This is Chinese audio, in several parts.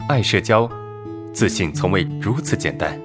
爱社交，自信从未如此简单。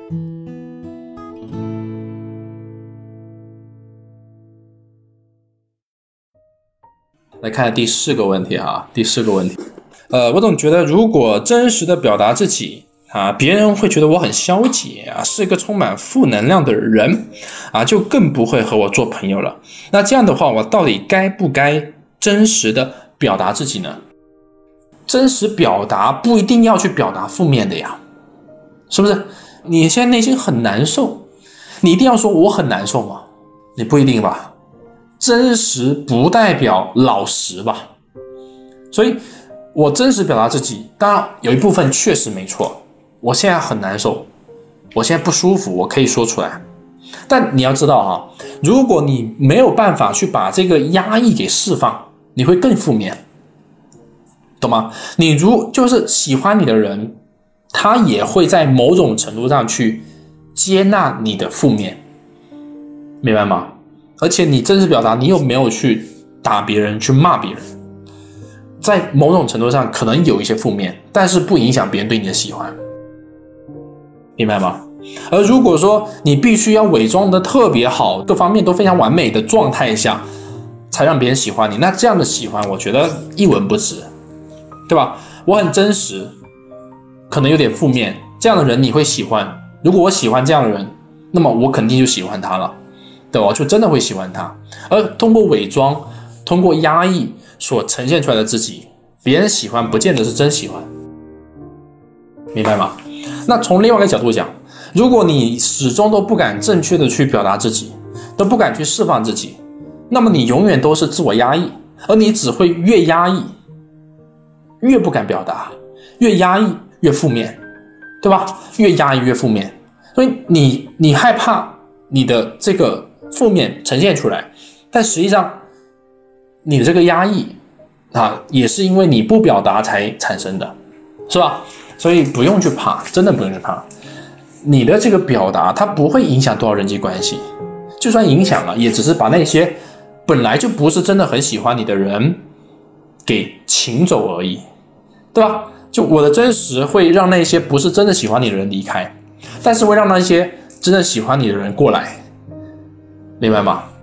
来看第4个问题啊，第4个问题，我总觉得如果真实的表达自己啊，别人会觉得我很消极啊，是一个充满负能量的人啊，就更不会和我做朋友了。那这样的话，我到底该不该真实的表达自己呢？真实表达不一定要去表达负面的呀，是不是？你现在内心很难受，你一定要说我很难受吗？你不一定吧。真实不代表老实吧，所以我真实表达自己，当然有一部分确实没错，我现在很难受，我现在不舒服，我可以说出来。但你要知道啊，如果你没有办法去把这个压抑给释放，你会更负面，懂吗？你就是喜欢你的人，他也会在某种程度上去接纳你的负面，明白吗？而且你真实表达，你又没有去打别人，去骂别人，在某种程度上可能有一些负面，但是不影响别人对你的喜欢，明白吗？而如果说你必须要伪装的特别好，各方面都非常完美的状态下才让别人喜欢你，那这样的喜欢我觉得一文不值，对吧？我很真实，可能有点负面，这样的人你会喜欢。如果我喜欢这样的人，那么我肯定就喜欢他了，对吧？就真的会喜欢他。而通过伪装，通过压抑所呈现出来的自己，别人喜欢不见得是真喜欢，明白吗？那从另外一个角度讲，如果你始终都不敢正确的去表达自己，都不敢去释放自己，那么你永远都是自我压抑，而你只会越压抑越不敢表达，越压抑越负面，对吧？越压抑越负面，所以你害怕你的这个负面呈现出来，但实际上你的这个压抑啊，也是因为你不表达才产生的，是吧？所以不用去怕，真的不用去怕。你的这个表达它不会影响多少人际关系，就算影响了，也只是把那些本来就不是真的很喜欢你的人给请走而已，对吧？就我的真实会让那些不是真的喜欢你的人离开，但是会让那些真的喜欢你的人过来，明白吗？